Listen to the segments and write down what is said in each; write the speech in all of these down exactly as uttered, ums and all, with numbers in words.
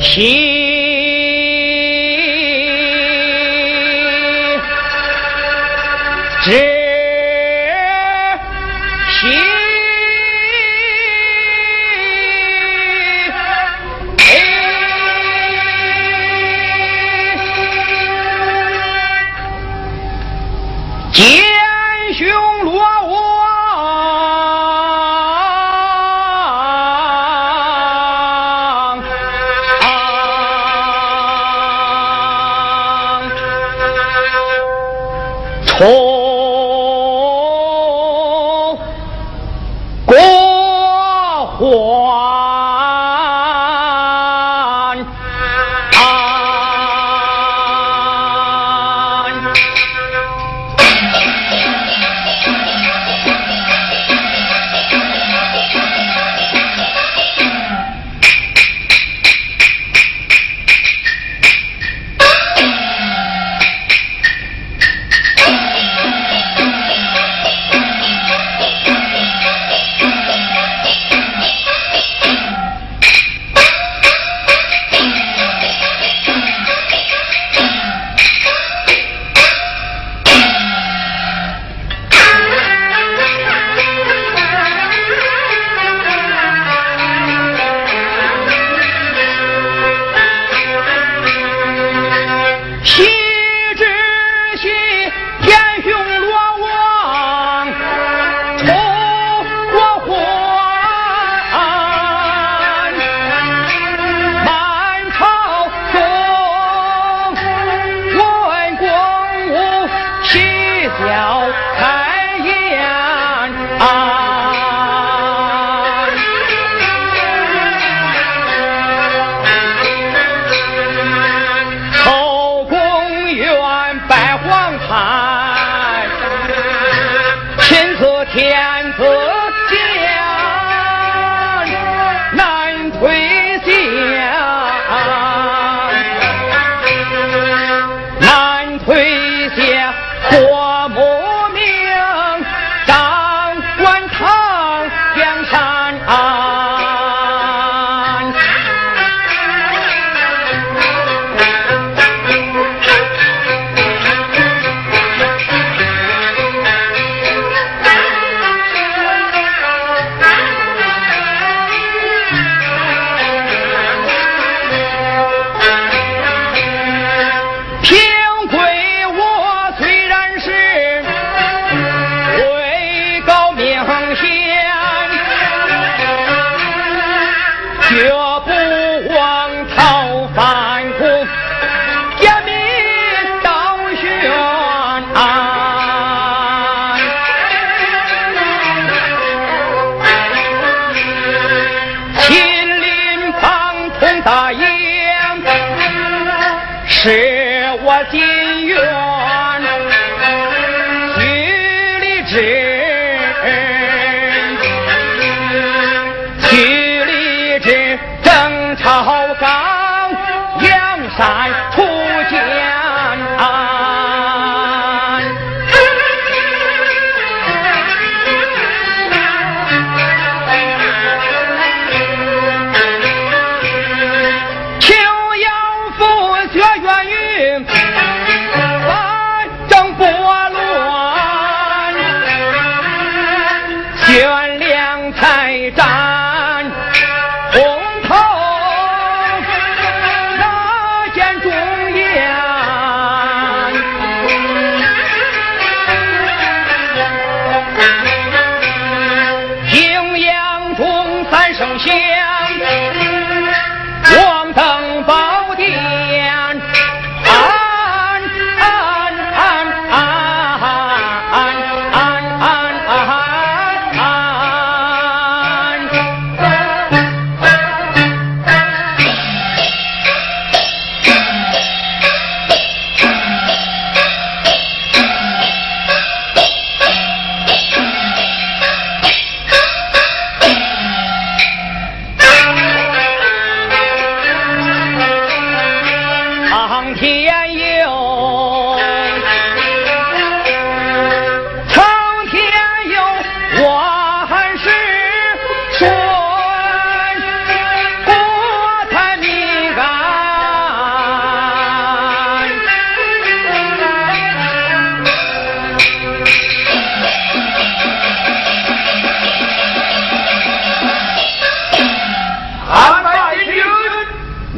红头那件中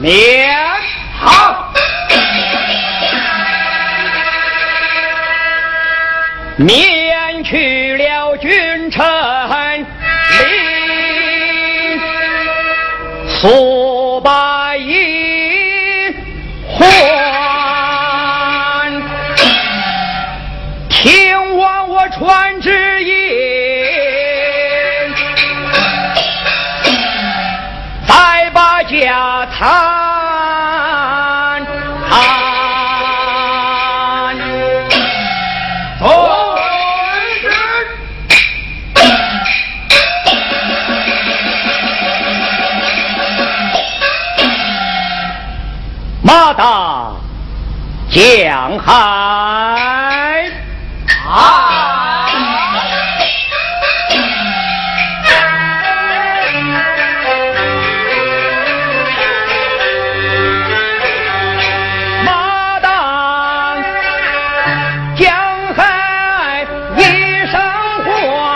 免好，免去了君臣令，速把银还，听望我传旨意，再把家产马达江海啊，马达江海一声唤，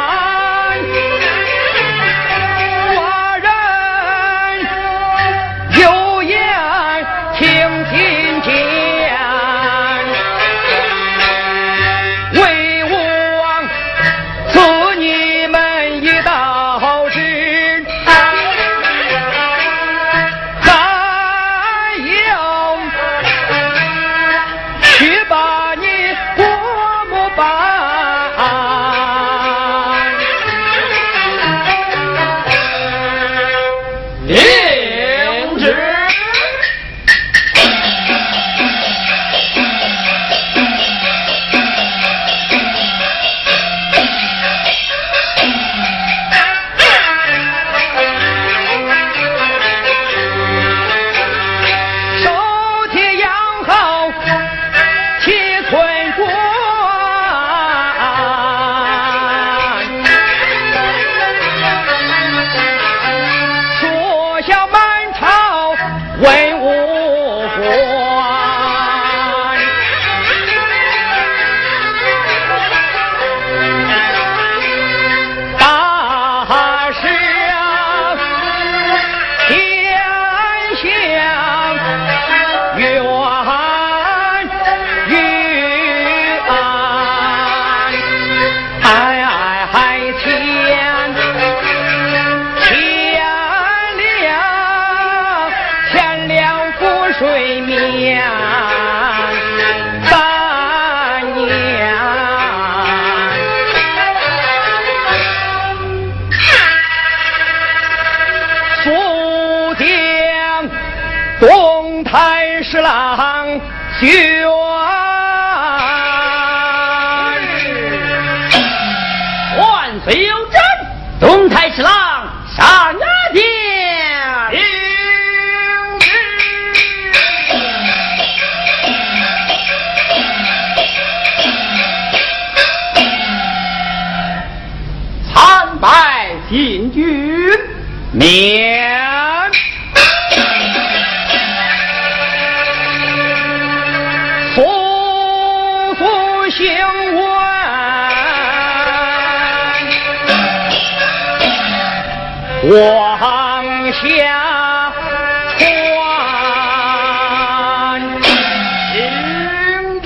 寡人有言听听见，为王赐你们一道旨，还要去把你国母办，领旨。文武官，大事啊，天下远于安，哎哎哎天。水面三年，速将东台十郎宣万岁有旨，东台十郎上阿殿。拜进军，免速速行文，往下传，领旨。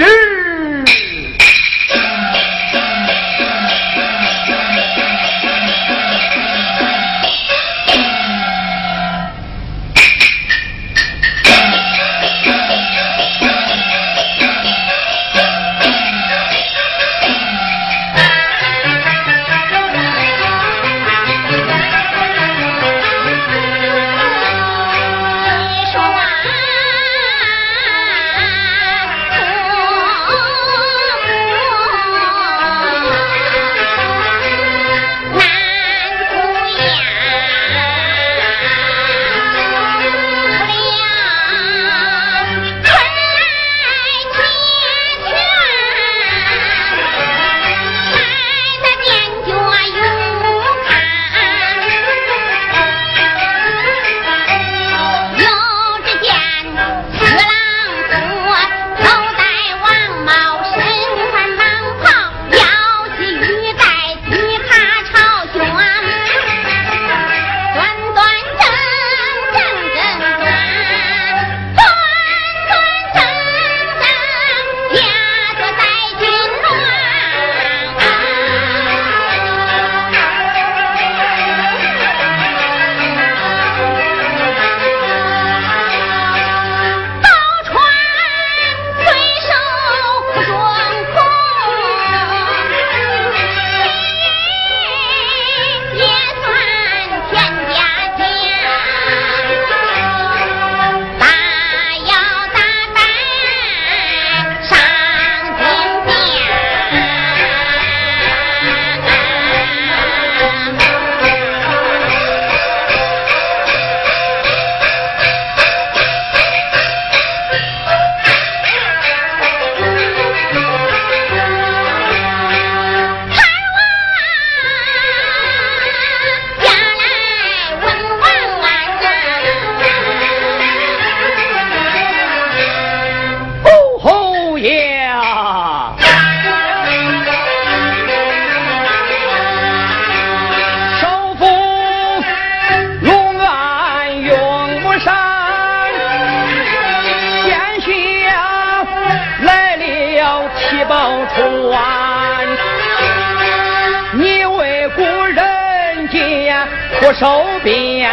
报传，你为故人家不收编，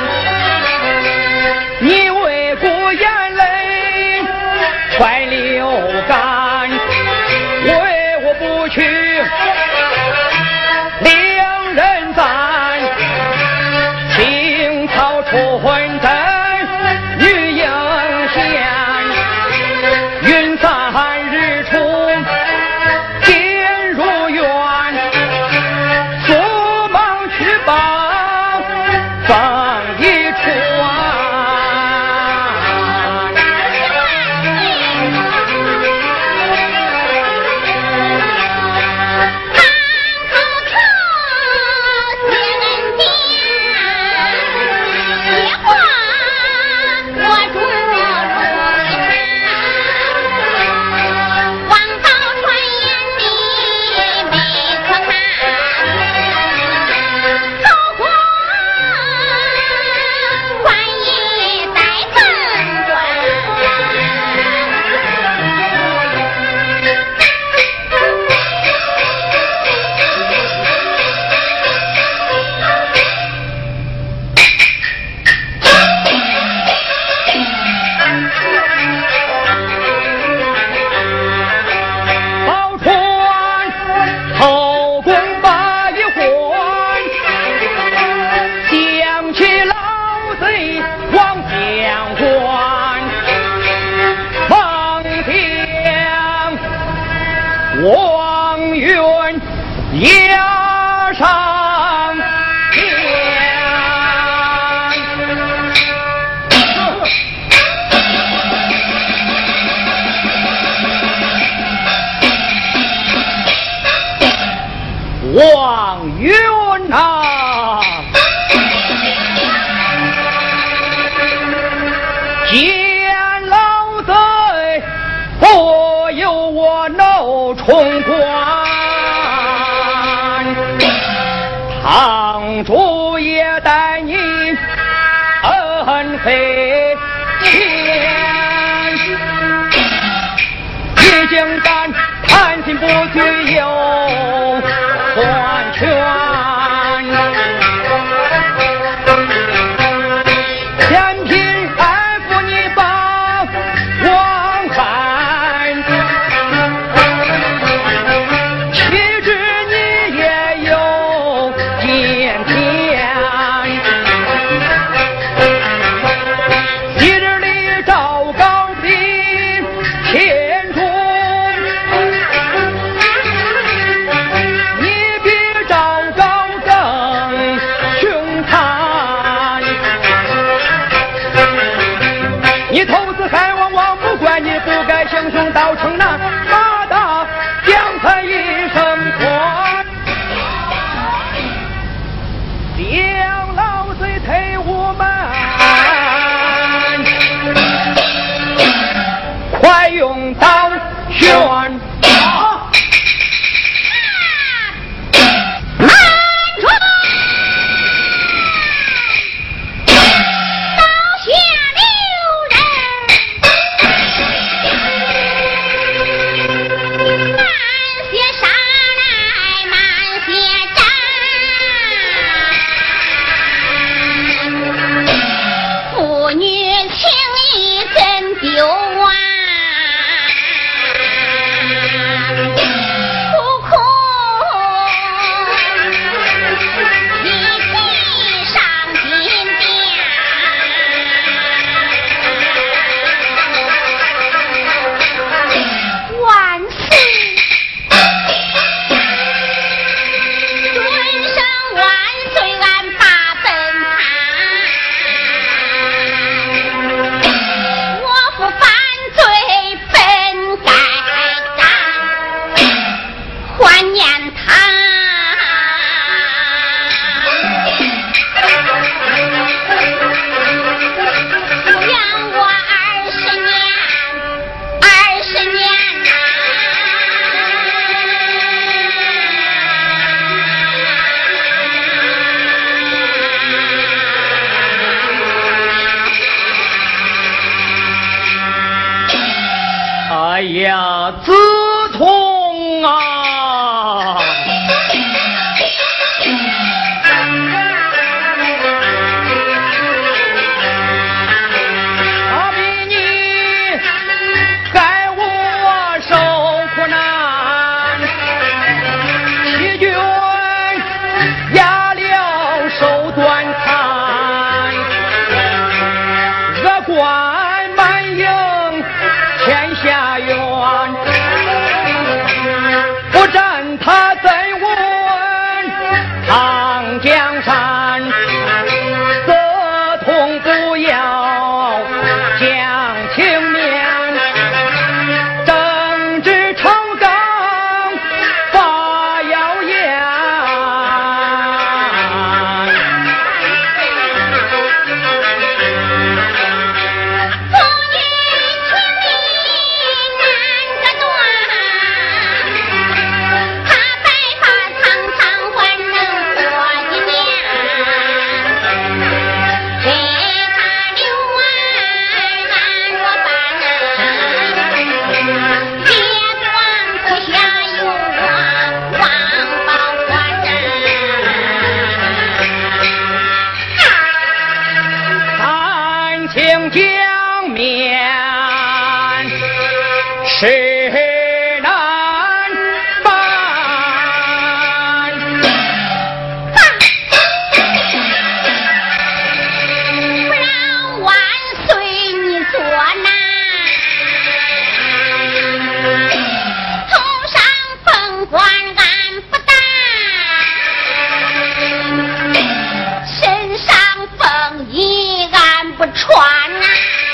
你为故眼泪快流干，为我不去两人赞，青草出混真女英贤，云散日出天如愿，匆忙去报风一传。王云押上天，王云啊，见老贼不由我怒冲冠，堂主也待你恩非浅，已经敢贪心不具有还权，前品爱抚你把王汉，岂知你也有见天，昔日里赵高比天中，你比赵高更凶残，你投资害王，王不怪你不该行凶到城南，马大将他一声传，将老贼退无门，快用刀旋啊！哎呀，自痛啊！阿比你该我受苦难，欺君压了手断残，恶贯满盈天下冤，不战他怎稳唐江山，色痛不要讲情面，政治成纲发谣言， 风雨情理难割断，他白发苍苍还能活一年，给他留完安若半，别管不下有我王宝官三清江面是难办， 不让万岁你做难，头上凤冠俺不戴，身上凤衣俺不穿啊，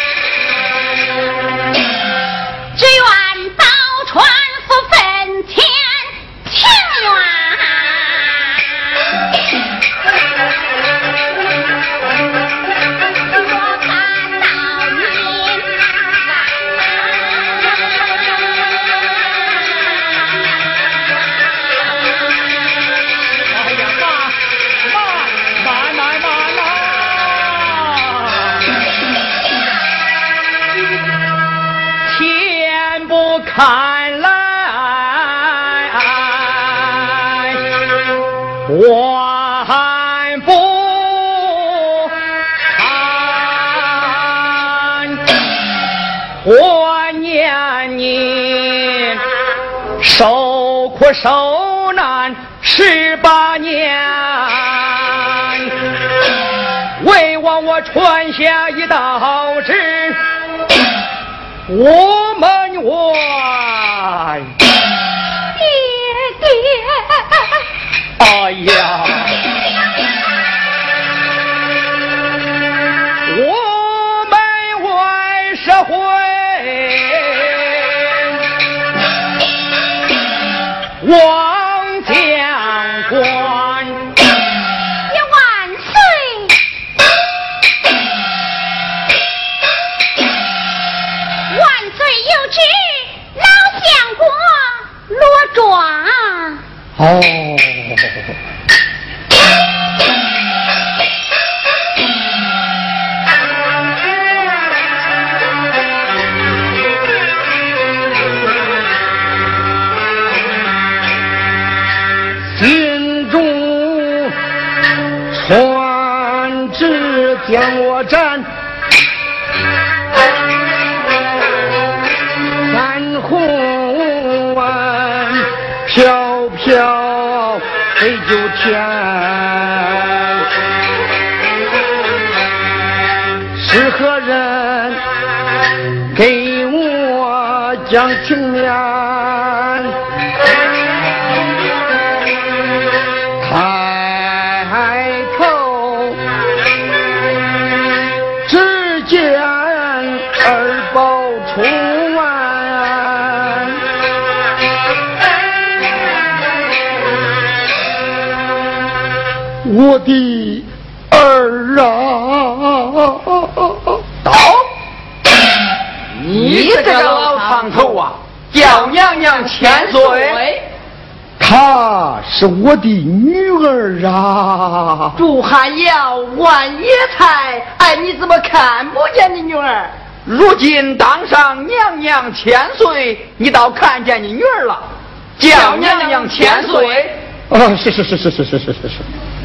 只愿宝船赴坟前情愿。我看到你哎呀妈妈妈妈妈妈，天不看来万不看，我念你受苦受难十八年，为王我传下一道旨，我们外爹爹， 哎呀，我们外社会王将官， 也万岁！万岁有旨，老相国落庄。 哦，心中传旨将我斩，三红丸飘飘飞九天，是何人给我讲情面？抬头只见二宝冲完，我的儿啊！ 到，你这个老长头啊，叫娘娘千岁。 她是我的女儿啊！ 朱汉尧、万野才，哎，你怎么看不见你女儿？ 如今当上娘娘千岁，你倒看见你女儿了，叫娘娘千岁。 哦，是是是是是是是是是。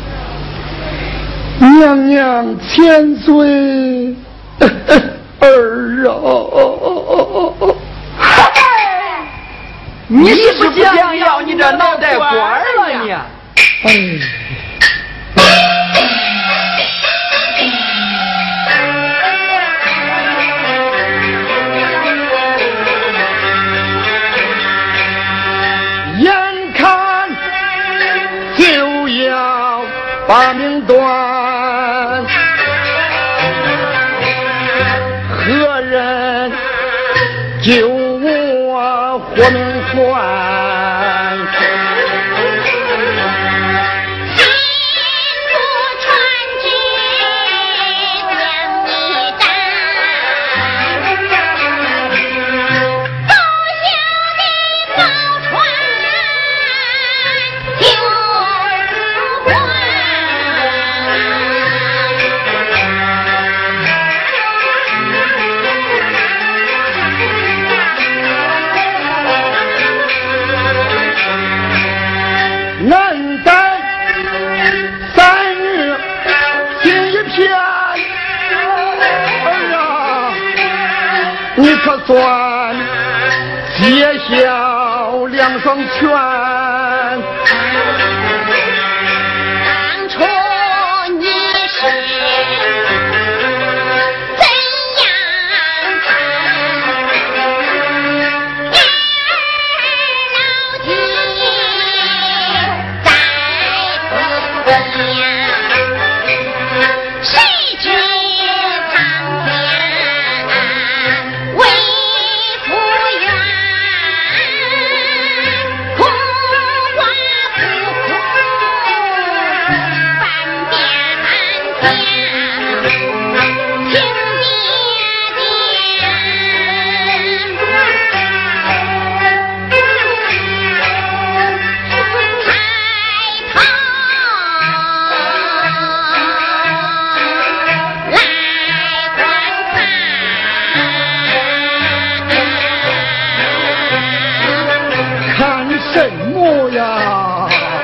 娘娘千岁，儿啊！哦哦哦哦哦！ 你是不是想要你这脑袋瓜了你？哎。 眼看就要把命断，何人救我活命还？你可算结下两双拳， 当初你是怎样看儿老弟在此呀，谁知苍天为夫冤，苦花不苦，半边天，情爹爹，抬头来观看， 看什么呀？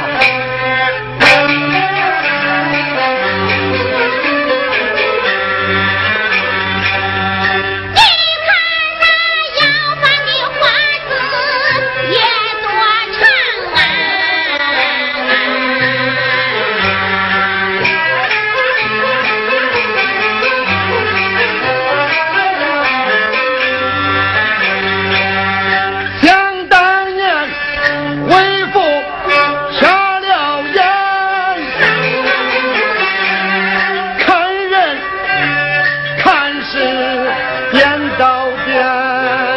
你看那要饭的花子也多长想当年为父瞎了眼，看人看事颠倒颠，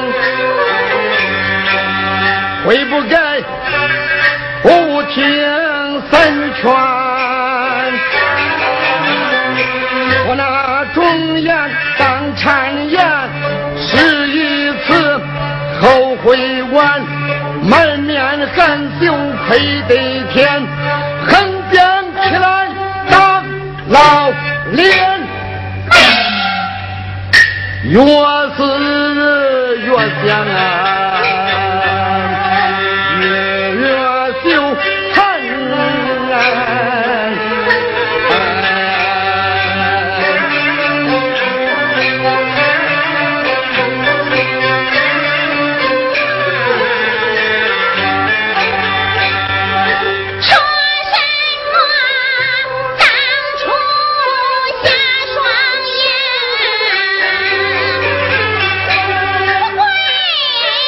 会不该不听三女劝，我那忠言当谗言，是一次后悔晚，满面含羞愧对天，横鞭起来当老脸，越是越想啊，越越羞惭啊。 说什么当初下双眼，不会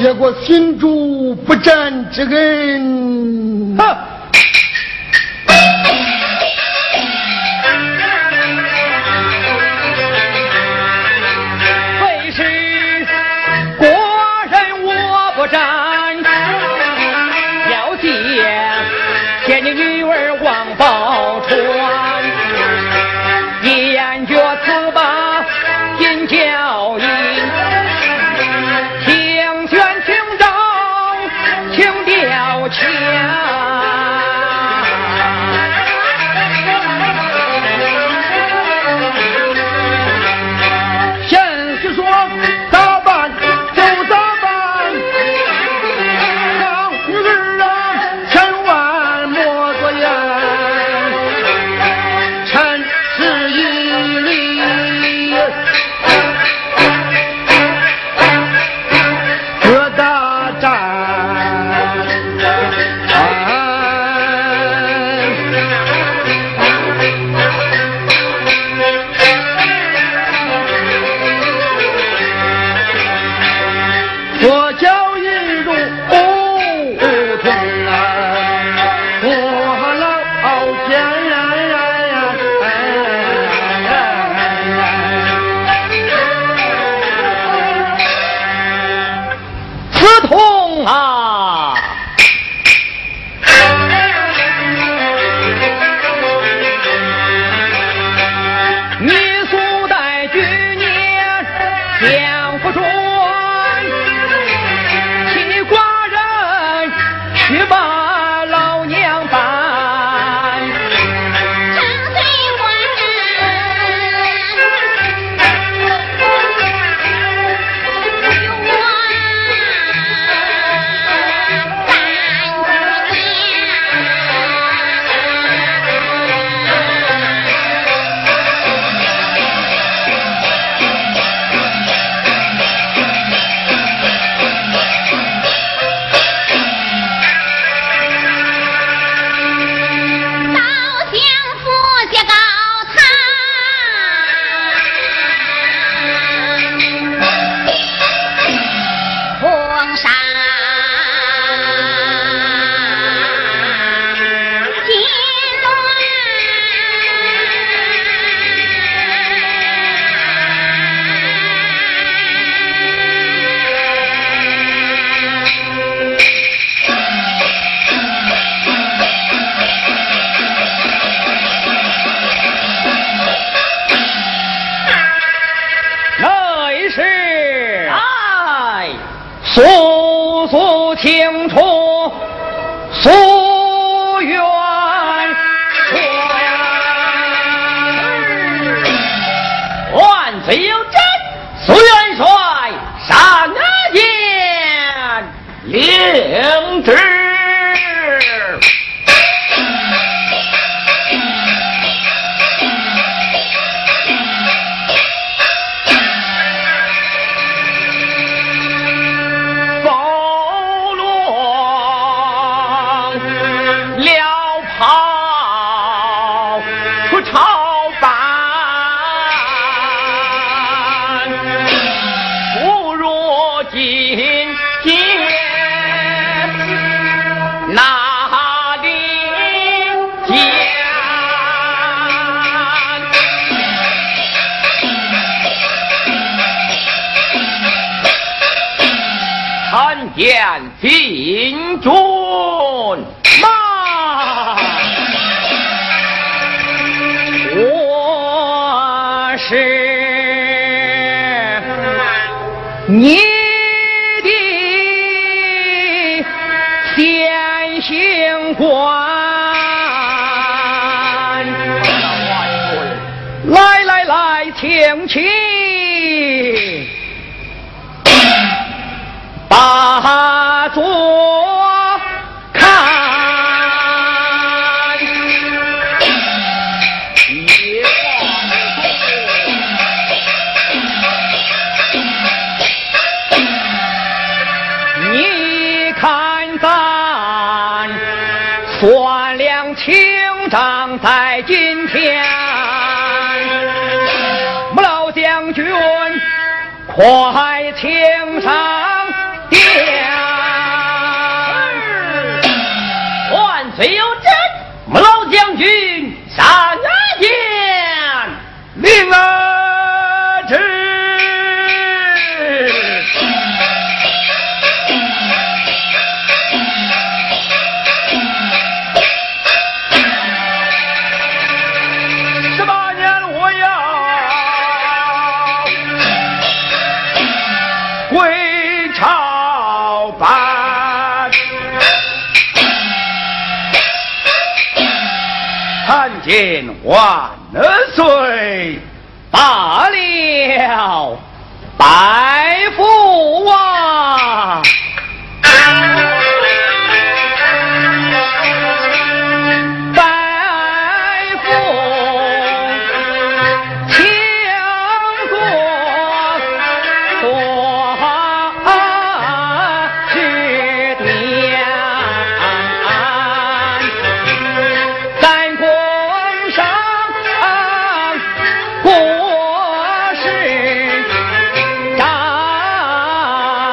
结果寻主不战之恩。 哼！非是国人我不战，要见见你女儿王宝钏，言绝此吧尽教义，情宣情长情调强。 先是说咋办就咋办，让女儿啊千万莫作言，臣是一理各大战。左脚一入胡同啊，我老天刺痛啊！你素待居年将不准，替寡人去把老娘办。 正随我有诉诉清楚，诉冤冤，万岁有旨，苏元帅上言领旨。见进军马，我是你的先行官，来来来，请起。把座看，你看咱算量清账在今天，母老将军快请上。 万岁有旨，我们老将军上衙见。 领儿旨。十八年我要归朝办，参见万岁。 罢了，拜父啊！拜父，请坐，多是年。咱宫上过世长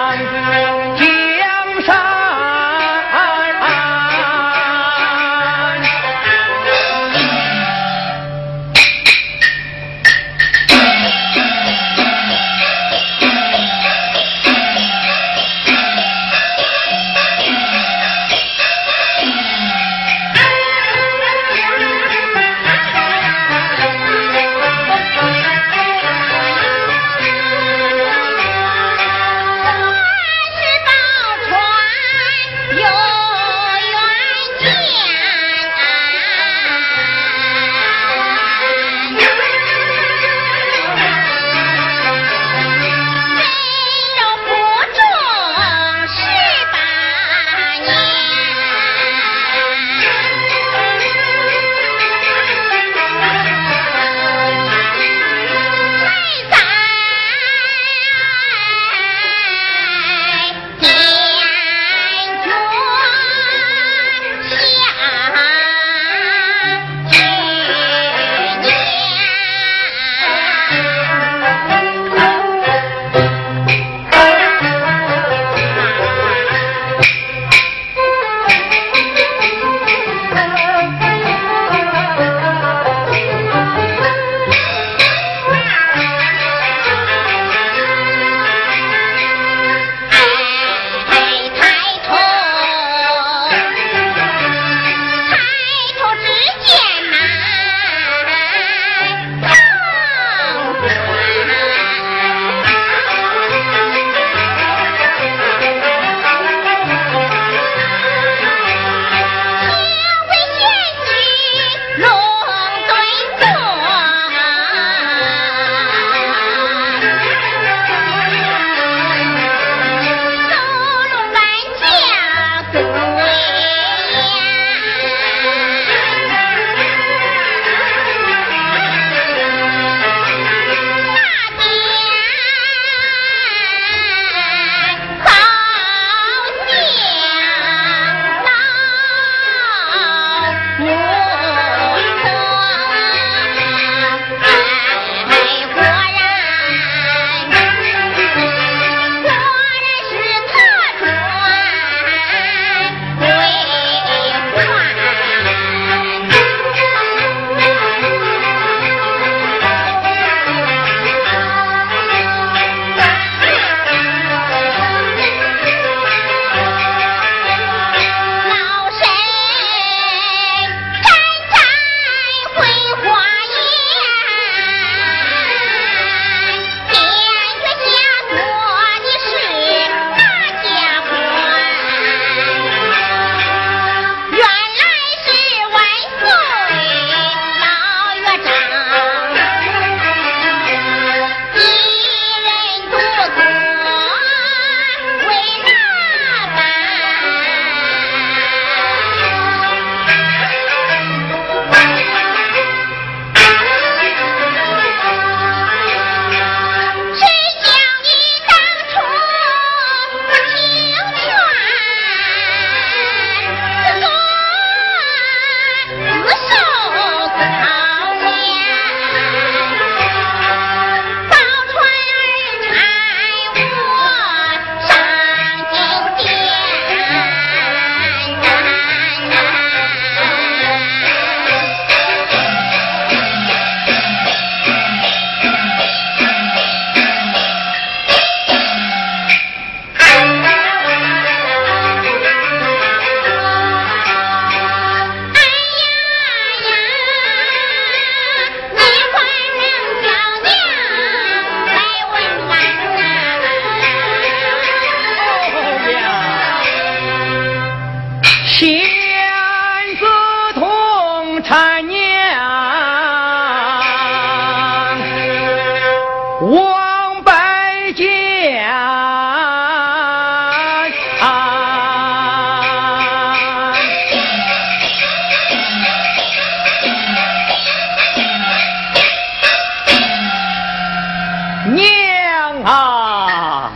娘啊，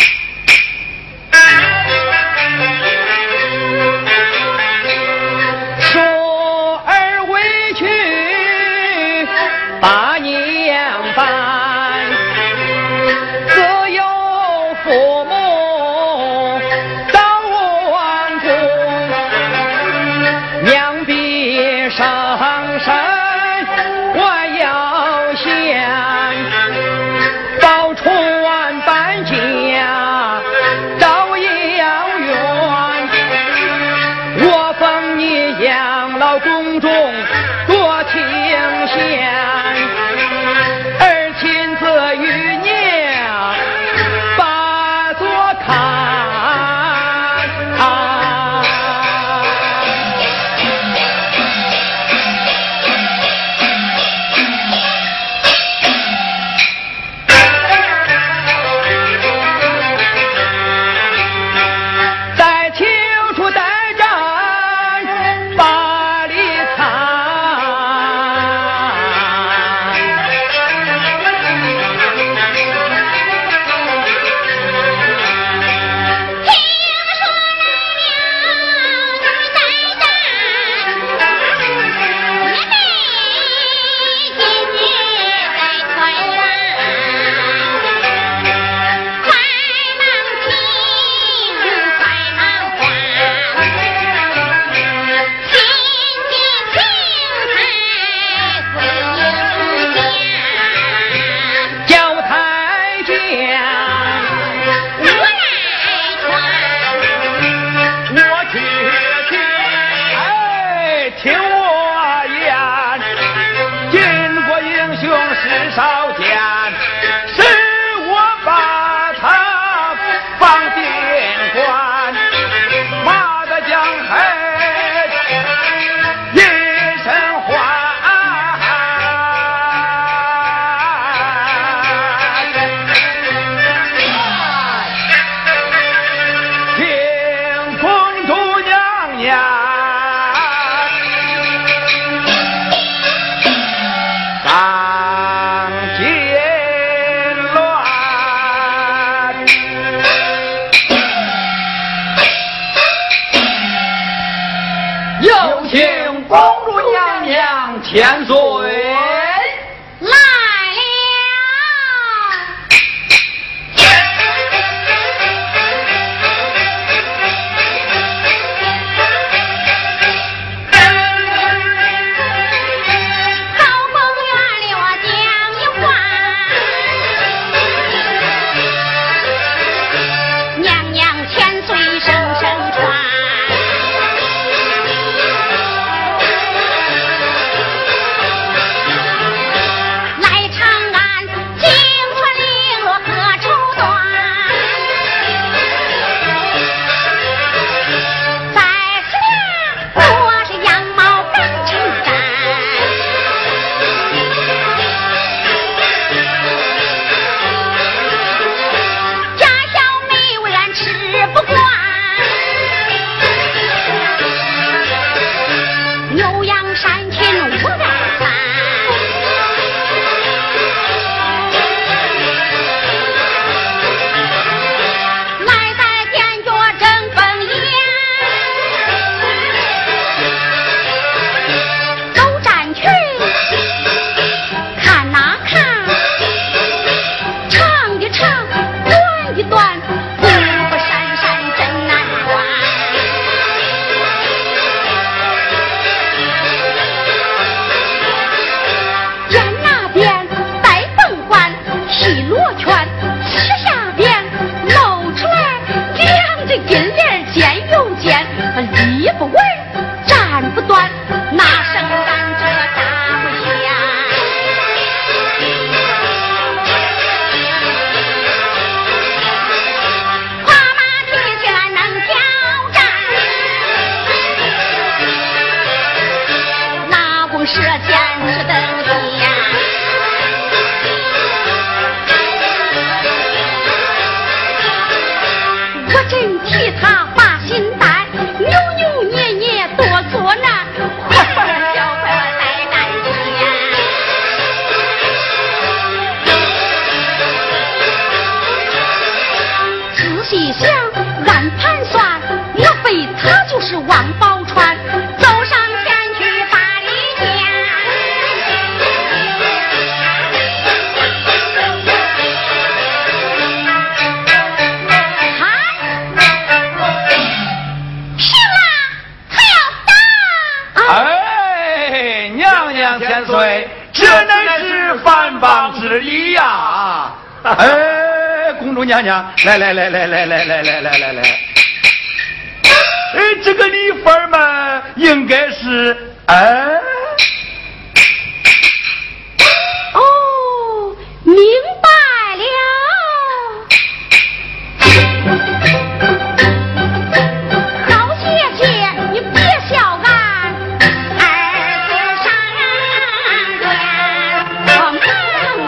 说儿委屈把娘烦，自有父母早亡故，娘必上身我要先报出万般家，照样冤。我奉你养老宫中多清闲，儿亲自与娘把作看。啊在清楚待战把里藏， 听说来了在战，也没今夜在团圆，快忙亲，快忙还，亲近情才回应家， 交太监我来传。 我去听，哎，听我言，巾帼英雄是少见，是我把他放殿官，骂得江海一身欢。听公主娘娘上金銮，有请公主娘娘千岁。 来了。好公园里我讲一话，娘娘千岁声声传。 真替他把心担，扭扭捏捏多作难，快快教会我再干钱。仔细想，暗盘算，莫非他就是王宝钏？走上前去把礼见。 哎，娘娘千岁，这乃是藩邦之礼呀！哎，公主娘娘，来来来来来来来来来来来，哎，这个礼份嘛，应该是哎。 哦，明白了。好姐姐，你别笑俺，儿子上院光明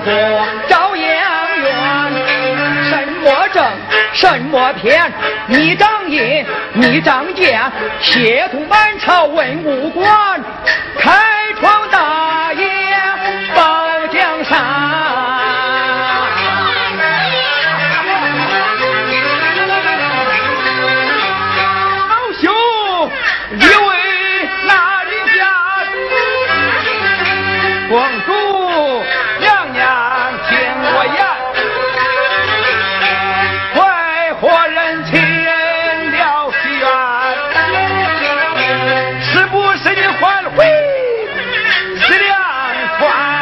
破朝阳院，什么正，什么偏，你长阴，你长奸，协同满朝文武官，开创大业保江山。 你为哪里家？公主娘娘听我言，快活人亲了西园，是不是你还回是两船？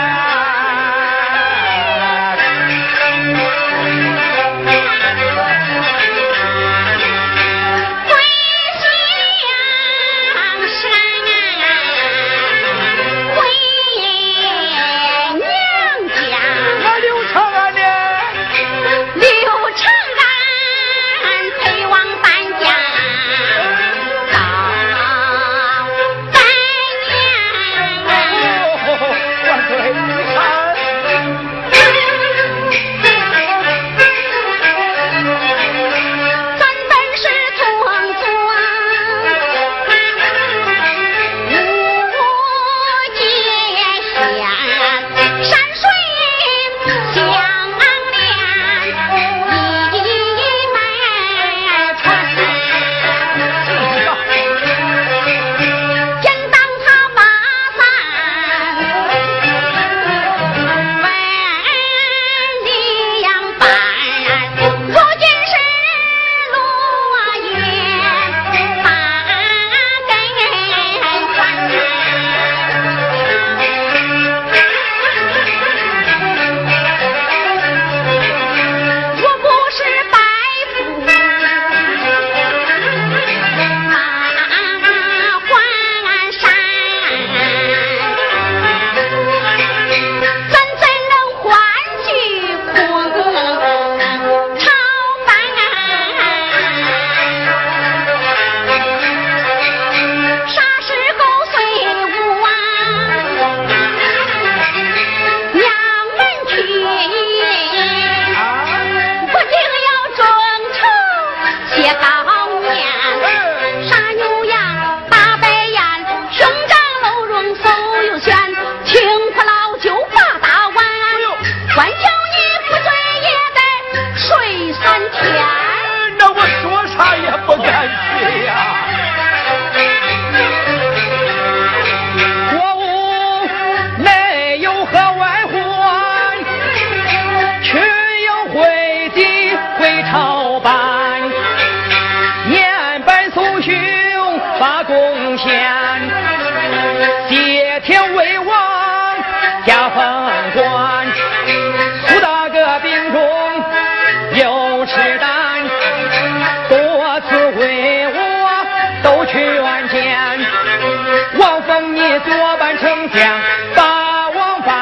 左班丞相把王办，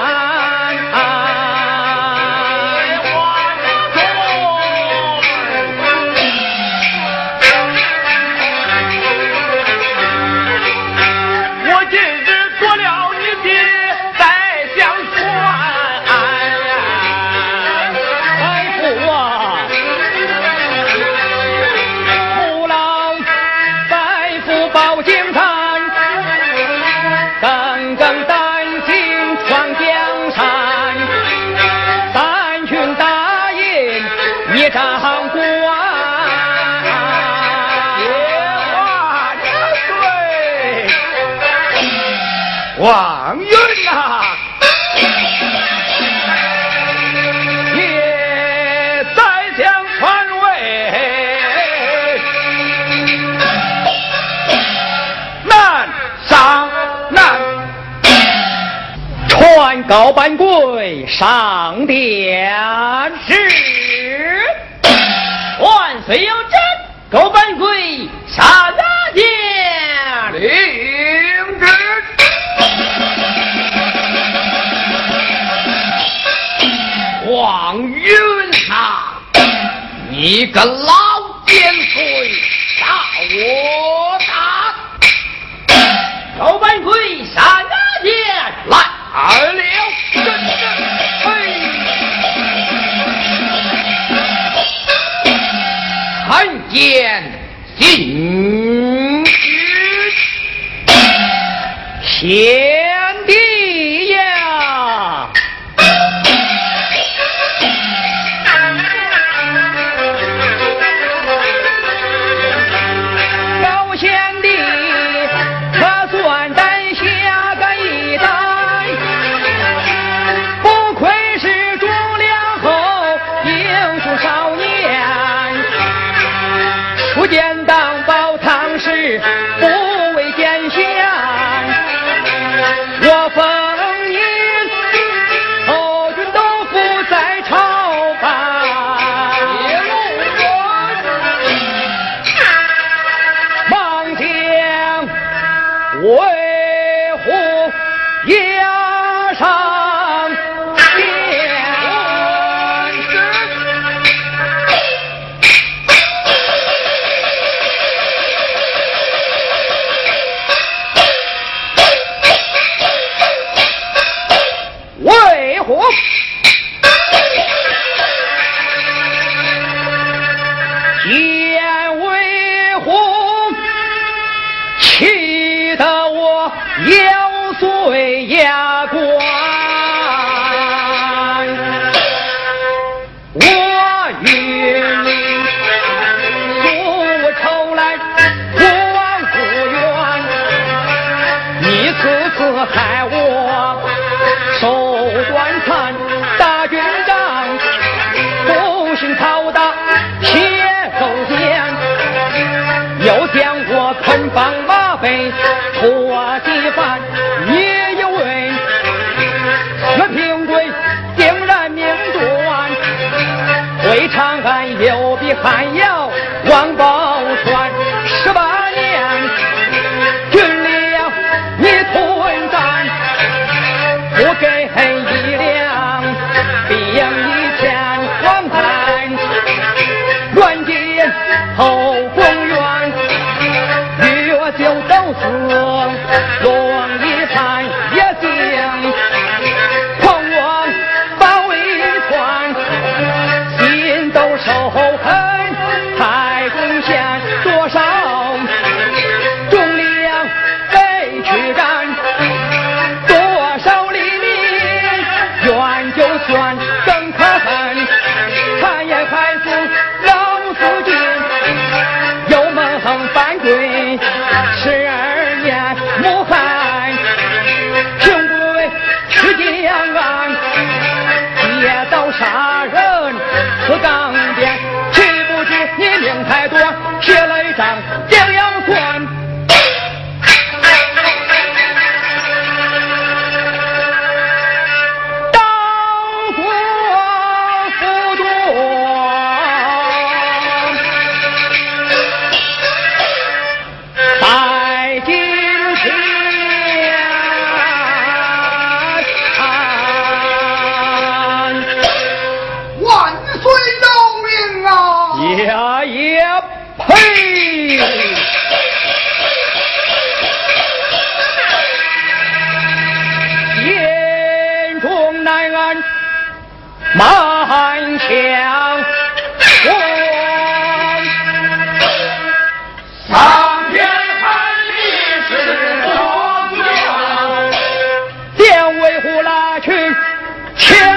我今日做了你的宰相官， 白父啊，父老白父保京城。耿耿丹心闯江山，三军大营一掌关。 野花年岁，王云呐、啊，也宰相传位，南上南。 传告班贵上殿。 是，万岁有旨，告班贵下大殿。 领旨。王云呐，你个老奸贼，杀我打！ 告班贵下大殿。 来。二了，真真，哎。 此害我手段残，大军长不幸操打铁狗剑，又将我捆绑马背拖地犯，也有为岳平贵定然命断，为长安有比汉尧王宝钏十八年，军粮你吞占，不给一两，兵一千黄滩，乱进后公园，越酒斗死，龙一盘也行，狂妄包围船，心都受恨，太公县多少忠良被驱赶，多少黎民冤就算更可恨，残言害死老司机，有蒙犯规十二年母汉，平贵去江岸，劫道杀人此港边，岂不知你命太短，血泪账怎样算？刀过斧多，在今天万岁有命啊！ 也也呸！眼中难安，满腔光。 上天汉历史中央， 便为虎拉去前